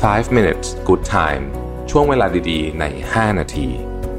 5 minutes good time ช่วงเวลาดีๆใน5นาที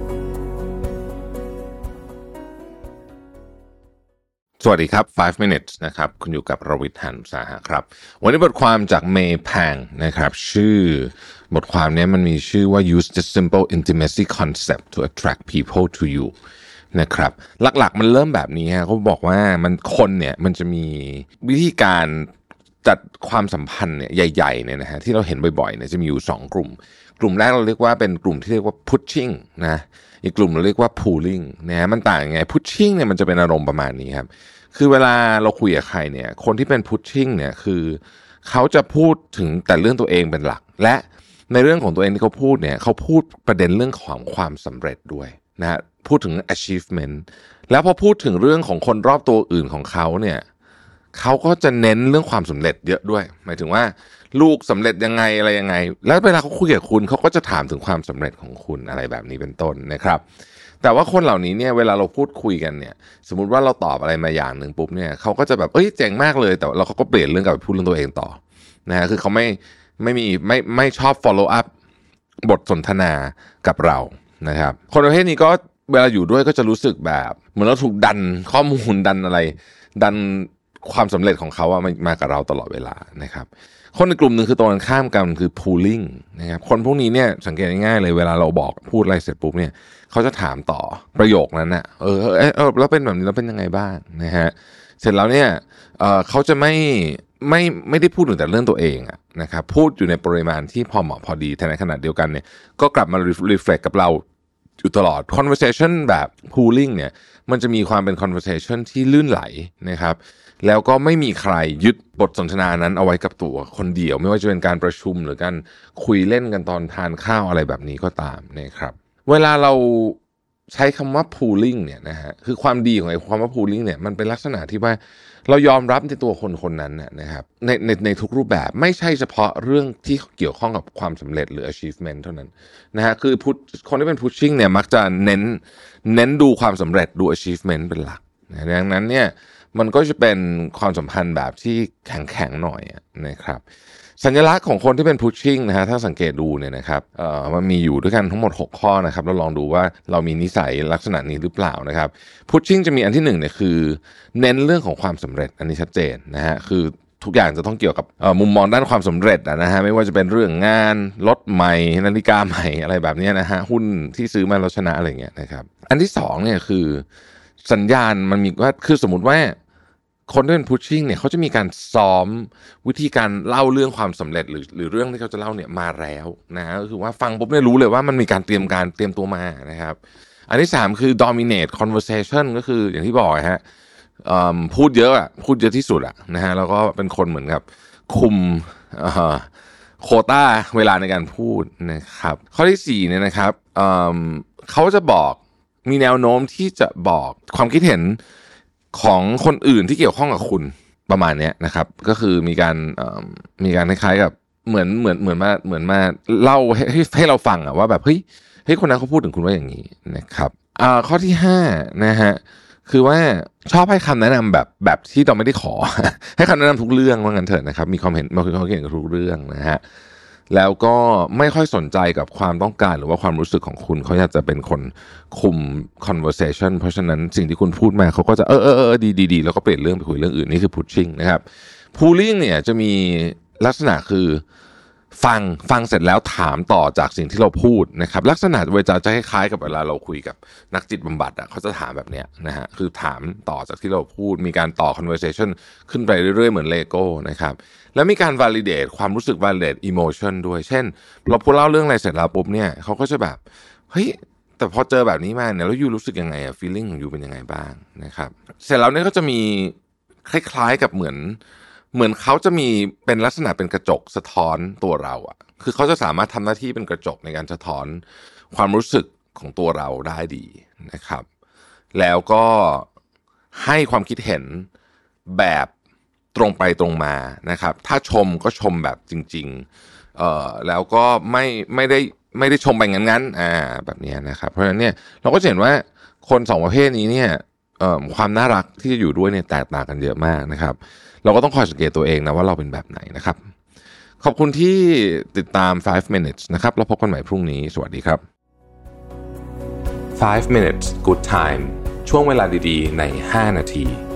สวัสดีครับ5 minutes นะครับคุณอยู่กับรวิทย์ หาญอุตสาหะครับวันนี้บทความจากเมย์แพงนะครับชื่อบทความนี้มันมีชื่อว่า use the simple intimacy concept to attract people to you นะครับหลักๆมันเริ่มแบบนี้ฮะเขาบอกว่าคนเนี่ยมันจะมีวิธีการจัดความสัมพันธ์เนี่ยใหญ่ๆเนี่ยนะฮะที่เราเห็นบ่อยๆเนี่ยจะมีอยู่2กลุ่มแรกเราเรียกว่าเป็นกลุ่มที่เรียกว่า pushing นะอีกกลุ่มเราเรียกว่า pulling นะฮะมันต่างยังไง pushing เนี่ยมันจะเป็นอารมณ์ประมาณนี้ครับคือเวลาเราคุยกับใครเนี่ยคนที่เป็น pushing เนี่ยคือเขาจะพูดถึงแต่เรื่องตัวเองเป็นหลักและในเรื่องของตัวเองที่เขาพูดเนี่ยเขาพูดประเด็นเรื่องของความสำเร็จด้วยนะฮะพูดถึง achievement แล้วพอพูดถึงเรื่องของคนรอบตัวอื่นของเขาเนี่ยเขาก็จะเน้นเรื่องความสำเร็จเยอะด้วยหมายถึงว่าลูกสำเร็จยังไงอะไรยังไงแล้วเวลาเขาคุยกับคุณเขาก็จะถามถึงความสำเร็จของคุณอะไรแบบนี้เป็นต้นนะครับแต่ว่าคนเหล่านี้เนี่ยเวลาเราพูดคุยกันเนี่ยสมมุติว่าเราตอบอะไรมาอย่างหนึ่งปุ๊บเนี่ยเขาก็จะแบบเจ๋งมากเลยแต่เราก็เปลี่ยนเรื่องกลับไปพูดเรื่องตัวเองต่อนะฮะคือเขาไม่ชอบ follow up บทสนทนากับเรานะครับคนประเภทนี้ก็เวลาอยู่ด้วยก็จะรู้สึกแบบเหมือนเราถูกดันข้อมูลดันอะไรดันความสำเร็จของเขาอะมากับเราตลอดเวลานะครับคนในกลุ่มหนึ่งคือตรงกันข้ามกันคือ pooling นะครับคนพวกนี้เนี่ยสังเกตง่ายๆเลยเวลาเราบอกพูดอะไรเสร็จปุ๊บเนี่ยเขาจะถามต่อประโยคนั้นน่ะแล้วเป็นแบบนี้แล้วเป็นยังไงบ้างนะฮะเสร็จแล้วเนี่ยเขาจะไม่ได้พูดถึงแต่เรื่องตัวเองอะนะครับพูดอยู่ในปริมาณที่พอเหมาะพอดีแต่ในขณะเดียวกันเนี่ยก็กลับมา reflect กับเราอยู่ตลอด conversation แบบ pooling เนี่ยมันจะมีความเป็น conversation ที่ลื่นไหลนะครับแล้วก็ไม่มีใครยึดบทสนทนานั้นเอาไว้กับตัวคนเดียวไม่ว่าจะเป็นการประชุมหรือการคุยเล่นกันตอนทานข้าวอะไรแบบนี้ก็ตามนะครับเวลาเราใช้คำว่า pooling เนี่ยนะฮะคือความดีของไอ้ความว่า pooling เนี่ยมันเป็นลักษณะที่ว่าเรายอมรับในตัวคนนั้นนะครับในทุกรูปแบบไม่ใช่เฉพาะเรื่องที่เกี่ยวข้องกับความสำเร็จหรือ achievement เท่านั้นนะฮะคือคนที่เป็น pushing เนี่ยมักจะเน้นดูความสำเร็จดู achievement เป็นหลักนะดังนั้นเนี่ยมันก็จะเป็นความสัมพันธ์แบบที่แข็งหน่อยนะครับสัญลักษณ์ของคนที่เป็น pushing นะฮะถ้าสังเกตดูเนี่ยนะครับมันมีอยู่ด้วยกันทั้งหมด6ข้อนะครับแล้วลองดูว่าเรามีนิสัยลักษณะนี้หรือเปล่านะครับ pushing จะมีอันที่1เนี่ยคือเน้นเรื่องของความสำเร็จอันนี้ชัดเจนนะฮะคือทุกอย่างจะต้องเกี่ยวกับมุมมองด้านความสำเร็จนะฮะไม่ว่าจะเป็นเรื่องงานรถใหม่นาฬิกาใหม่อะไรแบบนี้นะฮะหุ้นที่ซื้อมาแล้วชนะอะไรอย่างเงี้ยนะครับอันที่2เนี่ยคือสัญญาณมันมีว่าคือสมมุติว่าคนที่เป็น pushing เนี่ยเขาจะมีการซ้อมวิธีการเล่าเรื่องความสำเร็จหรือเรื่องที่เขาจะเล่าเนี่ยมาแล้วนะก็คือว่าฟังปุ๊บเนี่ยรู้เลยว่ามันมีการเตรียมตัวมานะครับอันที่3คือ dominate conversation ก็คืออย่างที่บอกฮะพูดเยอะที่สุดนะฮะแล้วก็เป็นคนเหมือนกับคุมโควต้าเวลาในการพูดนะครับข้อที่4เนี่ยนะครับเขาจะบอกมีแนวโน้มที่จะบอกความคิดเห็นของคนอื่นที่เกี่ยวข้องกับคุณประมาณนี้นะครับก็คือมีการคล้ายๆกับเหมือนมาเล่าให้เราฟังว่าแบบเฮ้ยคนนั้นเขาพูดถึงคุณว่าอย่างนี้นะครับข้อที่5นะฮะคือว่าชอบให้คำแนะนำแบบที่เราไม่ได้ขอ ให้คำแนะนำทุกเรื่องว่างั้นเถอะนะครับมีความเห็นกับทุกเรื่องนะฮะแล้วก็ไม่ค่อยสนใจกับความต้องการหรือว่าความรู้สึกของคุณเขาอยากจะเป็นคนคุม conversation เพราะฉะนั้นสิ่งที่คุณพูดมาเขาก็จะดีแล้วก็เปลี่ยนเรื่องไปคุยเรื่องอื่นนี่คือ pushing นะครับ pulling เนี่ยจะมีลักษณะคือฟังเสร็จแล้วถามต่อจากสิ่งที่เราพูดนะครับลักษณะเวลาจะคล้ายๆกับเวลาเราคุยกับนักจิตบำบัดเขาจะถามแบบเนี้ยนะฮะคือถามต่อจากที่เราพูดมีการต่อ conversation ขึ้นไปเรื่อยๆเหมือนเลโก้นะครับแล้วมีการ validate ความรู้สึก validate emotion ด้วยเช่นเราพูดเล่าเรื่องอะไรเสร็จแล้วปุ๊บเนี่ยเขาก็จะแบบเฮ้ยแต่พอเจอแบบนี้มาเนี่ยแล้วยูรู้สึกยังไงfeeling ของยูเป็นยังไงบ้างนะครับเสร็จแล้วเนี่ยก็จะมีคล้ายๆกับเหมือนเขาจะมีเป็นลักษณะเป็นกระจกสะท้อนตัวเราคือเขาจะสามารถทำหน้าที่เป็นกระจกในการสะท้อนความรู้สึกของตัวเราได้ดีนะครับแล้วก็ให้ความคิดเห็นแบบตรงไปตรงมานะครับถ้าชมก็ชมแบบจริงๆแล้วก็ไม่ได้ชมไปงั้นแบบนี้นะครับเพราะฉะนั้นเนี่ยเราก็เห็นว่าคน2ประเภทนี้เนี่ยความน่ารักที่จะอยู่ด้วยเนี่ยแตกต่างกันเยอะมากนะครับเราก็ต้องคอยสังเกตตัวเองนะว่าเราเป็นแบบไหนนะครับขอบคุณที่ติดตาม 5 minutes นะครับแล้วพบกันใหม่พรุ่งนี้สวัสดีครับ 5 minutes good time ช่วงเวลาดีๆใน5นาที